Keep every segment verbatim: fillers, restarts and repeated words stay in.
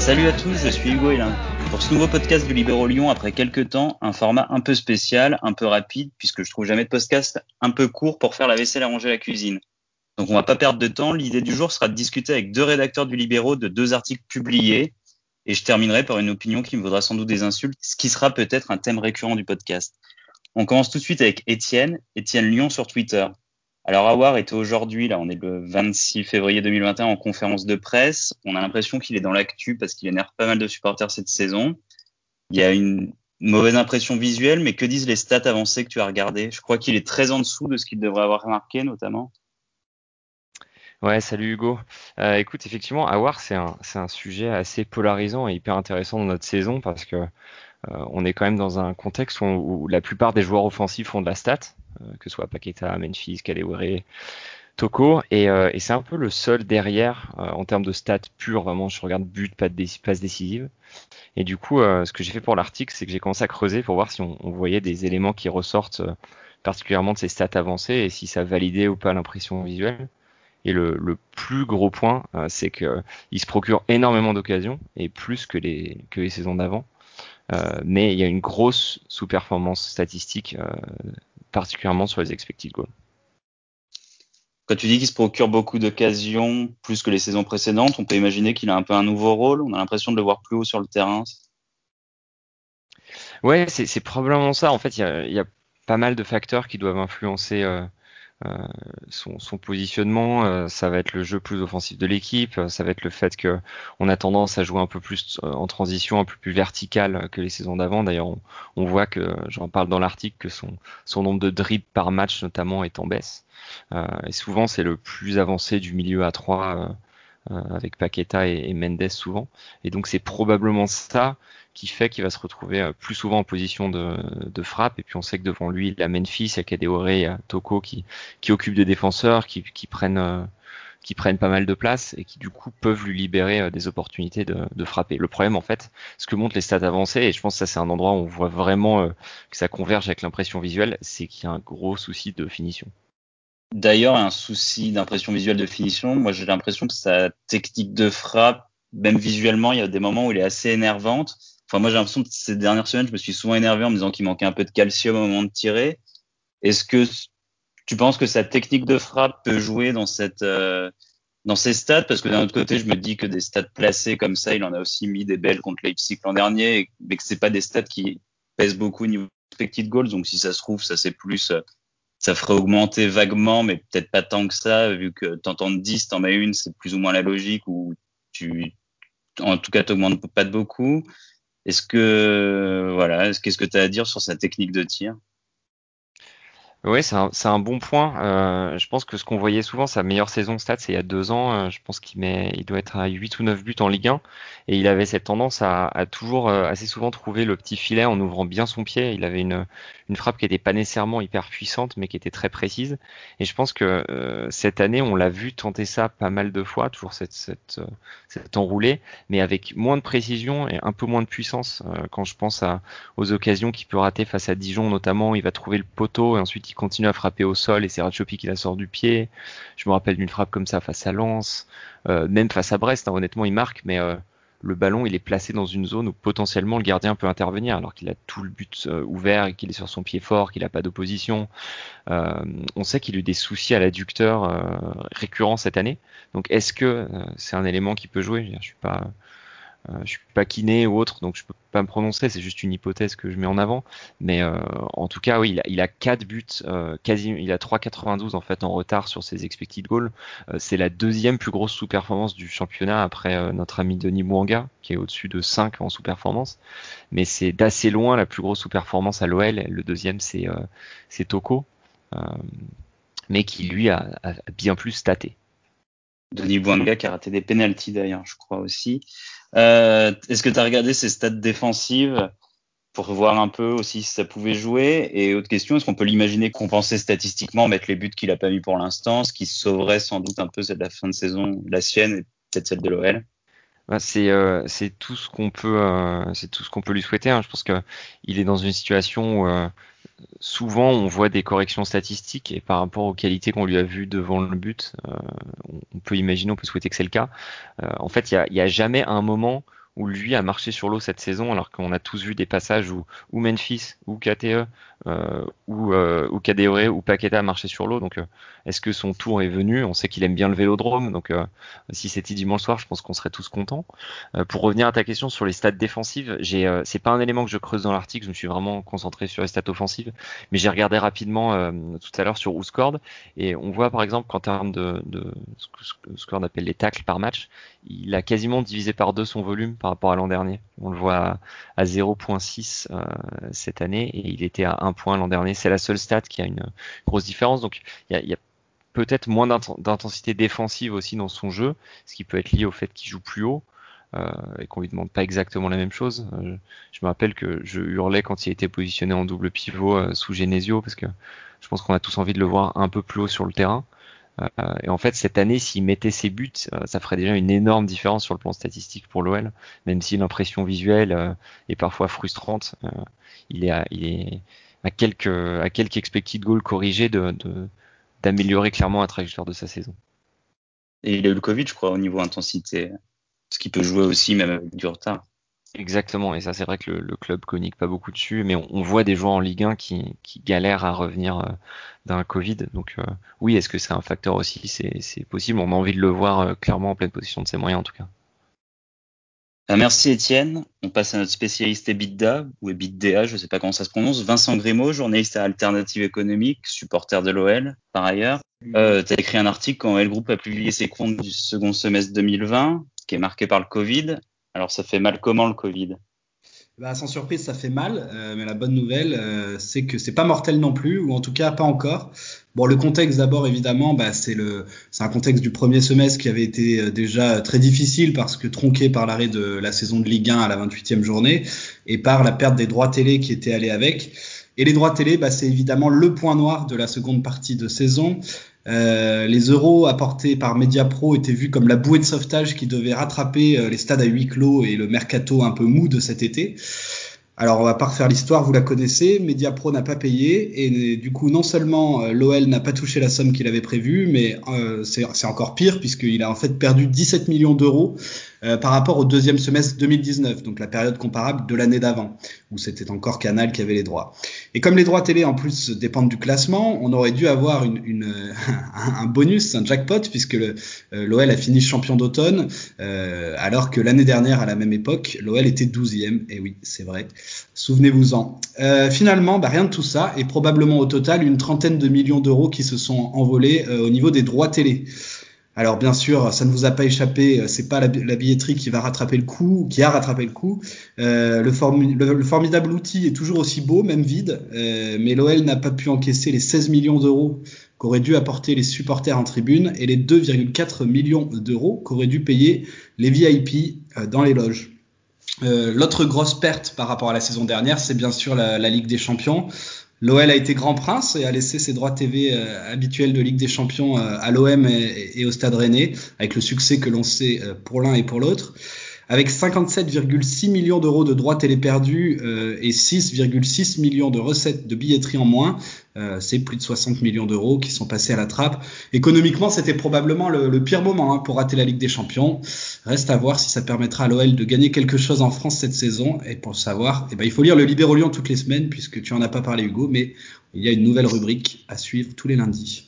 Salut à tous, je suis Hugo Hélin. Pour ce nouveau podcast du Libéro Lyon, après quelques temps, un format un peu spécial, un peu rapide, puisque je trouve jamais de podcast un peu court pour faire la vaisselle à ranger la cuisine. Donc on va pas perdre de temps, l'idée du jour sera de discuter avec deux rédacteurs du Libéro de deux articles publiés, et je terminerai par une opinion qui me vaudra sans doute des insultes, ce qui sera peut-être un thème récurrent du podcast. On commence tout de suite avec Étienne, Étienne Lyon sur Twitter. Alors Aouar était aujourd'hui, là on est le vingt-six février deux mille vingt et un en conférence de presse. On a l'impression qu'il est dans l'actu parce qu'il énerve pas mal de supporters cette saison. Il y a une mauvaise impression visuelle, mais que disent les stats avancées que tu as regardées? Je crois qu'il est très en dessous de ce qu'il devrait avoir marqué notamment. Ouais, salut Hugo. Euh, écoute, effectivement, Awar, c'est un, c'est un sujet assez polarisant et hyper intéressant dans notre saison parce que euh, on est quand même dans un contexte où, où la plupart des joueurs offensifs font de la stat, euh, que ce soit Paqueta, Memphis, Kadewere, Toko, et, euh, et c'est un peu le seul derrière euh, en termes de stats pures. Vraiment, je regarde but, pas de dé- passe décisive. Et du coup, euh, ce que j'ai fait pour l'article, c'est que j'ai commencé à creuser pour voir si on, on voyait des éléments qui ressortent euh, particulièrement de ces stats avancées et si ça validait ou pas l'impression visuelle. Et le, le plus gros point, euh, c'est que il se procure énormément d'occasions et plus que les que les saisons d'avant. Euh, mais il y a une grosse sous-performance statistique, euh, particulièrement sur les expected goals. Quand tu dis qu'il se procure beaucoup d'occasions, plus que les saisons précédentes, on peut imaginer qu'il a un peu un nouveau rôle. On a l'impression de le voir plus haut sur le terrain. Ouais, c'est c'est probablement ça. En fait, il y a, il y a pas mal de facteurs qui doivent influencer euh, euh, son, son positionnement. Euh, ça va être le jeu plus offensif de l'équipe. euh, Ça va être le fait que on a tendance à jouer un peu plus euh, en transition, un peu plus vertical que les saisons d'avant. D'ailleurs, on, on voit que, j'en parle dans l'article, que son, son nombre de dribbles par match notamment est en baisse. Euh, et souvent, c'est le plus avancé du milieu à trois. Euh, euh, avec Paqueta et, et Mendes souvent. Et donc c'est probablement ça qui fait qu'il va se retrouver euh, plus souvent en position de, de frappe. Et puis on sait que devant lui, il y a Memphis, il y a Kadewere, il y a Toko qui, qui occupent des défenseurs, qui, qui prennent euh, qui prennent pas mal de place et qui du coup peuvent lui libérer euh, des opportunités de, de frapper. Le problème en fait, ce que montrent les stats avancées, et je pense que ça c'est un endroit où on voit vraiment euh, que ça converge avec l'impression visuelle, c'est qu'il y a un gros souci de finition. D'ailleurs, un souci d'impression visuelle de finition. Moi, j'ai l'impression que sa technique de frappe, même visuellement, il y a des moments où elle est assez énervante. Enfin, moi, j'ai l'impression que ces dernières semaines, je me suis souvent énervé en me disant qu'il manquait un peu de calcium au moment de tirer. Est-ce que tu penses que sa technique de frappe peut jouer dans cette, euh, dans ces stats? Parce que d'un autre côté, je me dis que des stats placés comme ça, il en a aussi mis des belles contre Leipzig l'an dernier, mais que c'est pas des stats qui pèsent beaucoup au niveau expected goals. Donc, si ça se trouve, ça c'est plus euh, ça ferait augmenter vaguement, mais peut-être pas tant que ça, vu que t'entends dix, t'en mets une, c'est plus ou moins la logique, ou tu, en tout cas, t'augmentes pas de beaucoup. Est-ce que, voilà, est-ce qu'est-ce que tu as à dire sur sa technique de tir? Oui, c'est un, c'est un bon point. Euh, je pense que ce qu'on voyait souvent, sa meilleure saison stats, c'est il y a deux ans. Euh, je pense qu'il met, il doit être à huit ou neuf buts en Ligue un. Et il avait cette tendance à, à toujours euh, assez souvent trouver le petit filet en ouvrant bien son pied. Il avait une, une frappe qui était pas nécessairement hyper puissante, mais qui était très précise. Et je pense que euh, cette année, on l'a vu tenter ça pas mal de fois, toujours cette, cette, euh, cet enroulé, mais avec moins de précision et un peu moins de puissance. Euh, quand je pense à, aux occasions qu'il peut rater face à Dijon notamment, il va trouver le poteau et ensuite il continue à frapper au sol et c'est Ratchopi qui la sort du pied. Je me rappelle d'une frappe comme ça face à Lens, euh, même face à Brest, hein, honnêtement il marque, mais euh, le ballon il est placé dans une zone où potentiellement le gardien peut intervenir alors qu'il a tout le but euh, ouvert et qu'il est sur son pied fort, qu'il n'a pas d'opposition. Euh, on sait qu'il a eu des soucis à l'adducteur euh, récurrents cette année. Donc est-ce que euh, c'est un élément qui peut jouer? Je suis pas euh, je suis pas kiné ou autre, donc je peux pas me prononcer. C'est juste une hypothèse que je mets en avant. Mais euh, en tout cas, oui, il a, il a quatre buts, euh, quasi, il a trois virgule quatre-vingt-douze en fait en retard sur ses expected goals. Euh, c'est la deuxième plus grosse sous-performance du championnat après euh, notre ami Denis Bouanga, qui est au-dessus de cinq en sous-performance. Mais c'est d'assez loin la plus grosse sous-performance à l'O L. Le deuxième, c'est euh, c'est Toko, euh, mais qui lui a, a bien plus staté. Denis Bouanga qui a raté des pénaltys d'ailleurs, je crois aussi. Euh, est-ce que tu as regardé ses stats défensives pour voir un peu aussi si ça pouvait jouer? Et autre question, est-ce qu'on peut l'imaginer compenser statistiquement, mettre les buts qu'il a pas mis pour l'instant, ce qui sauverait sans doute un peu c'est de la fin de saison, la sienne et peut-être celle de l'O L? Bah, c'est euh, c'est tout ce qu'on peut euh, c'est tout ce qu'on peut lui souhaiter, hein. Je pense que il est dans une situation où euh, souvent on voit des corrections statistiques et par rapport aux qualités qu'on lui a vues devant le but, euh, on on peut imaginer, on peut souhaiter que c'est le cas. Euh, en fait, il y a, il y a jamais un moment où lui a marché sur l'eau cette saison, alors qu'on a tous vu des passages où, où Memphis, ou K T E, euh, ou, euh, ou Kadewere, ou Paqueta a marché sur l'eau. Donc, euh, est-ce que son tour est venu? On sait qu'il aime bien le vélodrome, donc euh, si c'était dimanche soir, je pense qu'on serait tous contents. Euh, pour revenir à ta question sur les stats défensives, j'ai, euh, c'est pas un élément que je creuse dans l'article, je me suis vraiment concentré sur les stats offensives, mais j'ai regardé rapidement euh, tout à l'heure sur WhoScored, et on voit par exemple qu'en termes de, de ce que- ce qu'on appelle les tacles par match, il a quasiment divisé par deux son volume par rapport à l'an dernier. On le voit à, à zéro virgule six euh, cette année, et il était à un point l'an dernier. C'est la seule stat qui a une grosse différence, donc il y a, il y a peut-être moins d'intensité défensive aussi dans son jeu, ce qui peut être lié au fait qu'il joue plus haut. Euh, et qu'on lui demande pas exactement la même chose. Euh, je me rappelle que je hurlais quand il était positionné en double pivot euh, sous Genesio, parce que je pense qu'on a tous envie de le voir un peu plus haut sur le terrain. Euh, et en fait, cette année, s'il mettait ses buts, euh, ça ferait déjà une énorme différence sur le plan statistique pour l'O L, même si l'impression visuelle euh, est parfois frustrante. Euh, il est, à, il est à quelques, à quelques expected goals corrigés de, de, d'améliorer clairement la trajectoire de sa saison. Et il a eu le Covid, je crois, au niveau intensité. Ce qui peut jouer aussi, même avec du retard. Exactement, et ça c'est vrai que le, le club communique pas beaucoup dessus, mais on, on voit des joueurs en Ligue un qui, qui galèrent à revenir euh, d'un Covid. Donc euh, oui, est-ce que c'est un facteur aussi? C'est, c'est possible, on a envie de le voir euh, clairement en pleine possession de ses moyens en tout cas. Ah, merci Étienne. On passe à notre spécialiste EBITDA, ou EBITDA, je ne sais pas comment ça se prononce. Vincent Grimaud, journaliste à Alternative économique, supporter de l'O L par ailleurs. Euh, tu as écrit un article quand L Group a publié ses comptes du second semestre deux mille vingt, qui est marqué par le Covid. Alors ça fait mal comment le Covid? Bah, sans surprise, ça fait mal, euh, mais la bonne nouvelle, euh, c'est que c'est pas mortel non plus, ou en tout cas pas encore. Bon, le contexte d'abord, évidemment, bah, c'est le, c'est un contexte du premier semestre qui avait été euh, déjà très difficile parce que tronqué par l'arrêt de la saison de Ligue un à la vingt-huitième journée et par la perte des droits télé qui était allée avec. Et les droits télé, bah, c'est évidemment le point noir de la seconde partie de saison. Euh, les euros apportés par Mediapro étaient vus comme la bouée de sauvetage qui devait rattraper euh, les stades à huis clos et le mercato un peu mou de cet été. Alors, on va pas refaire l'histoire, vous la connaissez. Mediapro n'a pas payé et du coup, non seulement euh, l'O L n'a pas touché la somme qu'il avait prévue, mais euh, c'est, c'est encore pire puisqu'il a en fait perdu dix-sept millions d'euros euh, par rapport au deuxième semestre deux mille dix-neuf, donc la période comparable de l'année d'avant, où c'était encore Canal qui avait les droits. Et comme les droits télé en plus dépendent du classement, on aurait dû avoir une, une, un bonus, un jackpot, puisque le, euh, l'O L a fini champion d'automne, euh, alors que l'année dernière, à la même époque, l'O L était douzième. Et oui, c'est vrai. Souvenez-vous-en. Euh, finalement, bah, rien de tout ça, et probablement au total une trentaine de millions d'euros qui se sont envolés euh, au niveau des droits télé. Alors bien sûr, ça ne vous a pas échappé, c'est pas la, la billetterie qui va rattraper le coup, qui a rattrapé le coup. Euh, le, formu, le, le formidable outil est toujours aussi beau, même vide, euh, mais l'O L n'a pas pu encaisser les seize millions d'euros qu'auraient dû apporter les supporters en tribune et les deux virgule quatre millions d'euros qu'auraient dû payer les V I P euh, dans les loges. Euh, l'autre grosse perte par rapport à la saison dernière, c'est bien sûr la, la Ligue des Champions. L'O L a été grand prince et a laissé ses droits T V euh, habituels de Ligue des Champions euh, à l'O M et, et au Stade Rennais, avec le succès que l'on sait euh, pour l'un et pour l'autre. Avec cinquante-sept virgule six millions d'euros de droits télé perdus euh, et six virgule six millions de recettes de billetterie en moins, euh, c'est plus de soixante millions d'euros qui sont passés à la trappe. Économiquement, c'était probablement le, le pire moment hein, pour rater la Ligue des Champions. Reste à voir si ça permettra à l'O L de gagner quelque chose en France cette saison. Et pour le savoir, eh ben, il faut lire le Libéro Lyon toutes les semaines, puisque tu en as pas parlé Hugo, mais il y a une nouvelle rubrique à suivre tous les lundis.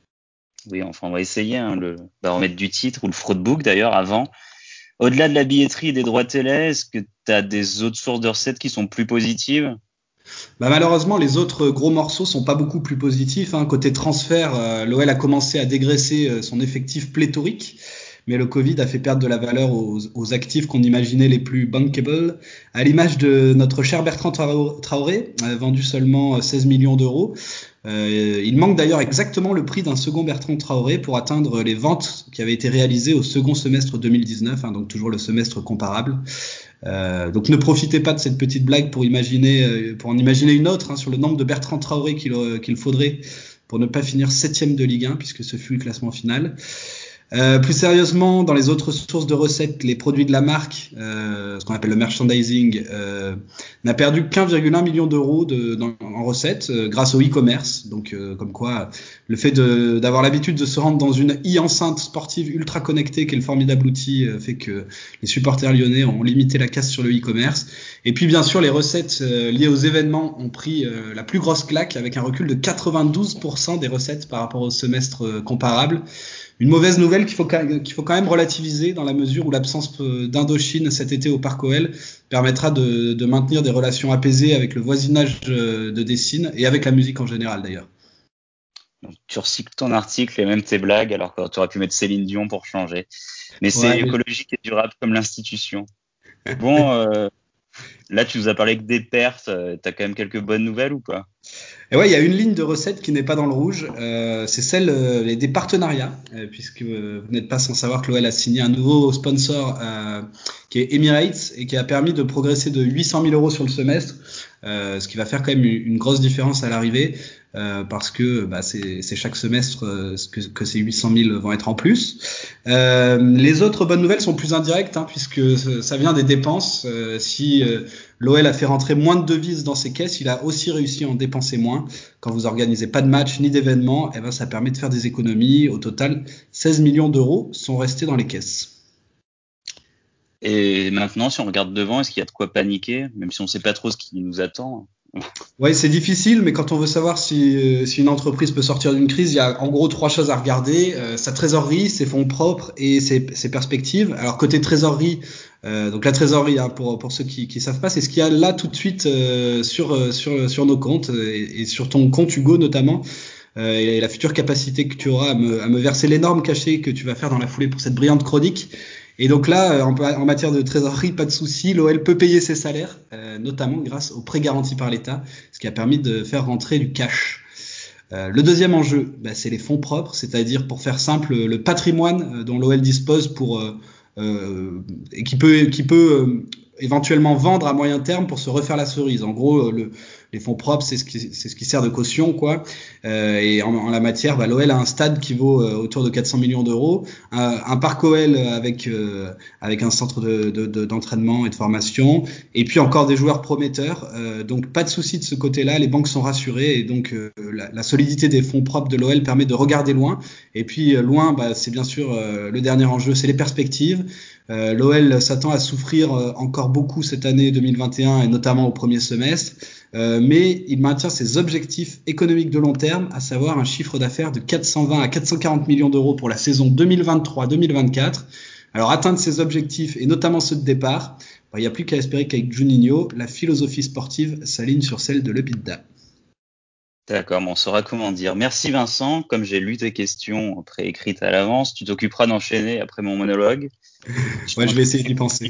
Oui, enfin, on va essayer, hein, le baromètre du titre ou le fraudbook d'ailleurs avant. Au-delà de la billetterie et des droits télé, est-ce que tu as des autres sources de recettes qui sont plus positives? Bah malheureusement, les autres gros morceaux sont pas beaucoup plus positifs. Hein. Côté transfert, euh, l'O L a commencé à dégraisser euh, son effectif pléthorique, mais le Covid a fait perdre de la valeur aux, aux actifs qu'on imaginait les plus bankable, à l'image de notre cher Bertrand Traoré, euh, vendu seulement seize millions d'euros. Euh, il manque d'ailleurs exactement le prix d'un second Bertrand Traoré pour atteindre les ventes qui avaient été réalisées au second semestre deux mille dix-neuf, hein, donc toujours le semestre comparable. Euh, donc ne profitez pas de cette petite blague pour imaginer, euh, pour en imaginer une autre hein, sur le nombre de Bertrand Traoré qu'il, euh, qu'il faudrait pour ne pas finir septième de Ligue un, puisque ce fut le classement final. Euh, plus sérieusement, dans les autres sources de recettes, les produits de la marque, euh, ce qu'on appelle le merchandising, euh, n'a perdu qu'un virgule un million d'euros de, dans, en recettes euh, grâce au e-commerce. Donc, euh, comme quoi, le fait de, d'avoir l'habitude de se rendre dans une e-enceinte sportive ultra connectée, qui est le formidable outil, euh, fait que les supporters lyonnais ont limité la casse sur le e-commerce. Et puis bien sûr, les recettes euh, liées aux événements ont pris euh, la plus grosse claque, avec un recul de quatre-vingt-douze pour cent des recettes par rapport au semestre euh, comparable. Une mauvaise nouvelle qu'il faut, qu'il faut quand même relativiser, dans la mesure où l'absence d'Indochine cet été au Parc O L permettra de, de maintenir des relations apaisées avec le voisinage de Dessine et avec la musique en général d'ailleurs. Donc, tu recycles ton article et même tes blagues, alors que tu aurais pu mettre Céline Dion pour changer. Mais c'est Ouais, mais... écologique et durable comme l'institution. Bon, euh, là, tu nous as parlé que des pertes. Euh, T'as quand même quelques bonnes nouvelles ou pas? Et ouais, il y a une ligne de recettes qui n'est pas dans le rouge, euh, c'est celle euh, des partenariats, euh, puisque euh, vous n'êtes pas sans savoir que l'O L a signé un nouveau sponsor euh, qui est Emirates et qui a permis de progresser de huit cent mille euros sur le semestre, euh, ce qui va faire quand même une grosse différence à l'arrivée, euh, parce que bah, c'est, c'est chaque semestre euh, que, que ces huit cent mille vont être en plus. Euh, les autres bonnes nouvelles sont plus indirectes, hein, puisque ça vient des dépenses. Euh, si euh, l'O L a fait rentrer moins de devises dans ses caisses, il a aussi réussi à en dépenser moins. Quand vous organisez pas de match ni d'événements, eh ben, ça permet de faire des économies. Au total, seize millions d'euros sont restés dans les caisses. Et maintenant, si on regarde devant, est-ce qu'il y a de quoi paniquer, même si on ne sait pas trop ce qui nous attend? Oui, c'est difficile, mais quand on veut savoir si, euh, si une entreprise peut sortir d'une crise, il y a en gros trois choses à regarder. Euh, sa trésorerie, ses fonds propres et ses, ses perspectives. Alors côté trésorerie, euh, donc la trésorerie, hein, pour, pour ceux qui ne savent pas, c'est ce qu'il y a là tout de suite euh, sur, sur, sur nos comptes et, et sur ton compte Hugo notamment. Euh, et la future capacité que tu auras à me, à me verser l'énorme cachet que tu vas faire dans la foulée pour cette brillante chronique. Et donc là, en, en matière de trésorerie, pas de souci, l'O L peut payer ses salaires, euh, notamment grâce aux prêts garantis par l'État, ce qui a permis de faire rentrer du cash. Euh, le deuxième enjeu, bah, c'est les fonds propres, c'est-à-dire, pour faire simple, le patrimoine dont l'O L dispose pour euh, euh, et qui peut, qui peut euh, éventuellement vendre à moyen terme pour se refaire la cerise. En gros, le, les fonds propres, c'est ce qui, c'est ce qui sert de caution, quoi. Euh, et en, en la matière, bah, l'O L a un stade qui vaut euh, autour de quatre cents millions d'euros, un, un parc O L avec euh, avec un centre de, de, de, d'entraînement et de formation, et puis encore des joueurs prometteurs. Euh, donc pas de souci de ce côté-là, les banques sont rassurées et donc euh, la, la solidité des fonds propres de l'O L permet de regarder loin. Et puis euh, loin, bah, c'est bien sûr euh, le dernier enjeu, c'est les perspectives. Euh, L'O L s'attend à souffrir euh, encore beaucoup cette année deux mille vingt et un et notamment au premier semestre, euh, mais il maintient ses objectifs économiques de long terme, à savoir un chiffre d'affaires de quatre cent vingt à quatre cent quarante millions d'euros pour la saison deux mille vingt-trois deux mille vingt-quatre. Alors atteindre ces objectifs et notamment ceux de départ, il n'y a plus qu'à espérer qu'avec Juninho, la philosophie sportive s'aligne sur celle de l'EBITDA. D'accord, bon, on saura comment dire. Merci Vincent. Comme j'ai lu tes questions préécrites à l'avance, tu t'occuperas d'enchaîner après mon monologue. Je Ouais, je vais essayer d'y penser.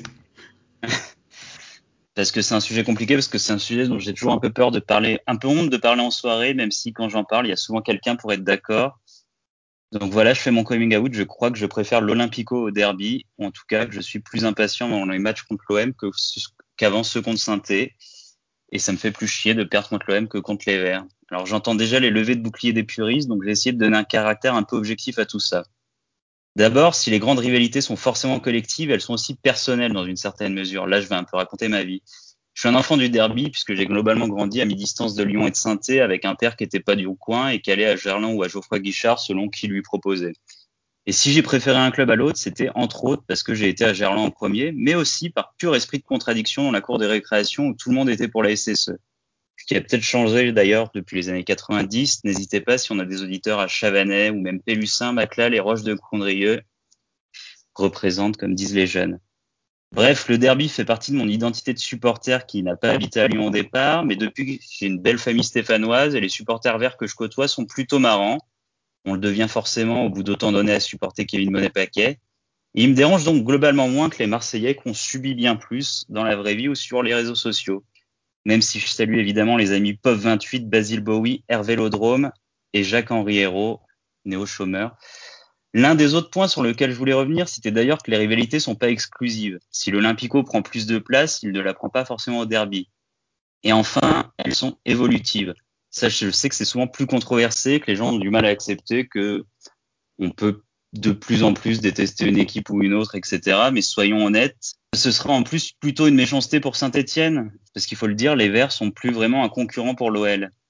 Parce que c'est un sujet compliqué, parce que c'est un sujet dont j'ai toujours un peu peur de parler, un peu honte de parler en soirée, même si quand j'en parle, il y a souvent quelqu'un pour être d'accord. Donc voilà, je fais mon coming out. Je crois que je préfère l'Olympico au derby, ou en tout cas que je suis plus impatient dans les matchs contre l'O M que, qu'avant ceux contre Saint-Étienne. Et ça me fait plus chier de perdre contre l'O M que contre les Verts. Alors j'entends déjà les levées de boucliers des puristes, donc j'ai essayé de donner un caractère un peu objectif à tout ça. D'abord, si les grandes rivalités sont forcément collectives, elles sont aussi personnelles dans une certaine mesure. Là, je vais un peu raconter ma vie. Je suis un enfant du derby puisque j'ai globalement grandi à mi-distance de Lyon et de Saint-Étienne avec un père qui était pas du coin et qui allait à Gerland ou à Geoffroy Guichard selon qui lui proposait. Et si j'ai préféré un club à l'autre, c'était entre autres parce que j'ai été à Gerland en premier, mais aussi par pur esprit de contradiction dans la cour des récréations où tout le monde était pour la S S E. Ce qui a peut-être changé d'ailleurs depuis les années quatre-vingt-dix. N'hésitez pas si on a des auditeurs à Chavanais ou même Pélussin, Maclal et Roches de Condrieu représentent comme disent les jeunes. Bref, le derby fait partie de mon identité de supporter qui n'a pas habité à Lyon au départ, mais depuis que j'ai une belle famille stéphanoise et les supporters verts que je côtoie sont plutôt marrants. On le devient forcément au bout d'autant d'années à supporter Kevin Monet-Paquet. Et il me dérange donc globalement moins que les Marseillais qu'on subit bien plus dans la vraie vie ou sur les réseaux sociaux. Même si je salue évidemment les amis Pop vingt-huit, Basile Bowie, Hervé Lodrome et Jacques-Henri Hérault, néo-chômeur. L'un des autres points sur lequel je voulais revenir, c'était d'ailleurs que les rivalités sont pas exclusives. Si l'Olympico prend plus de place, il ne la prend pas forcément au derby. Et enfin, elles sont évolutives. Ça, je sais que c'est souvent plus controversé, que les gens ont du mal à accepter que on peut de plus en plus détester une équipe ou une autre, et cetera. Mais soyons honnêtes, ce sera en plus plutôt une méchanceté pour Saint-Étienne, parce qu'il faut le dire, les Verts sont plus vraiment un concurrent pour l'O L.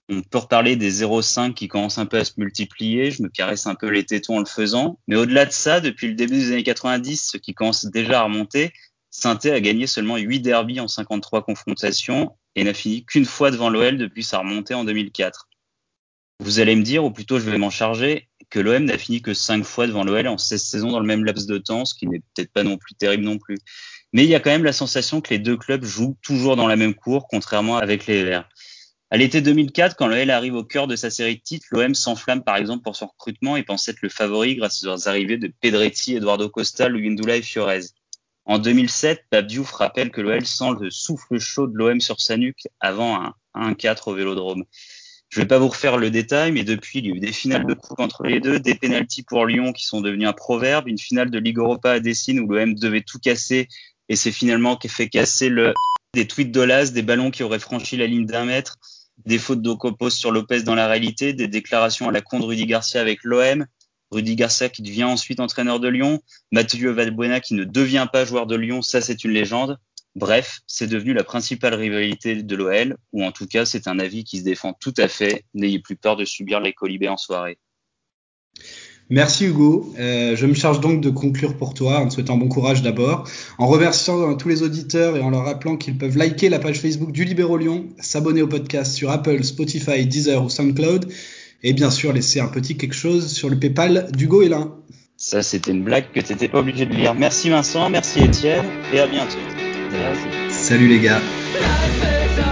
On peut reparler des zéro virgule cinq qui commencent un peu à se multiplier. Je me caresse un peu les tétons en le faisant. Mais au-delà de ça, depuis le début des années quatre-vingt-dix, ce qui commence déjà à remonter, Saint-Étienne a gagné seulement huit derbies en cinquante-trois confrontations et n'a fini qu'une fois devant l'O L depuis sa remontée en deux mille quatre. Vous allez me dire, ou plutôt je vais m'en charger, que l'O M n'a fini que cinq fois devant l'O L en seize saisons dans le même laps de temps, ce qui n'est peut-être pas non plus terrible non plus. Mais il y a quand même la sensation que les deux clubs jouent toujours dans la même cour, contrairement avec les Verts. À l'été deux mille quatre, quand l'O L arrive au cœur de sa série de titres, l'O M s'enflamme par exemple pour son recrutement et pense être le favori grâce aux arrivées de Pedretti, Eduardo Costa, Luyendula et Fiorez. En deux mille sept, Pape Diouf rappelle que l'O L sent le souffle chaud de l'O M sur sa nuque avant un un quatre au Vélodrome. Je vais pas vous refaire le détail, mais depuis, il y a eu des finales de coupe entre les deux, des pénaltys pour Lyon qui sont devenus un proverbe, une finale de Ligue Europa à Dessine où l'O M devait tout casser et c'est finalement qui fait casser le des tweets d'Olas, des ballons qui auraient franchi la ligne d'un mètre, des fautes d'Ocopos sur Lopez dans la réalité, des déclarations à la con de Rudy Garcia avec l'O M, Rudy Garcia qui devient ensuite entraîneur de Lyon, Mathieu Valbuena qui ne devient pas joueur de Lyon, ça c'est une légende. Bref, c'est devenu la principale rivalité de l'O L, ou en tout cas c'est un avis qui se défend tout à fait. N'ayez plus peur de subir les colibés en soirée. Merci Hugo. Euh, je me charge donc de conclure pour toi en te souhaitant bon courage d'abord, en remerciant tous les auditeurs et en leur rappelant qu'ils peuvent liker la page Facebook du Libéro Lyon, s'abonner au podcast sur Apple, Spotify, Deezer ou SoundCloud et bien sûr laisser un petit quelque chose sur le PayPal d'Hugo Hélin. Ça c'était une blague que t'étais pas obligé de lire. Merci Vincent, merci Étienne et à bientôt. Salut les gars.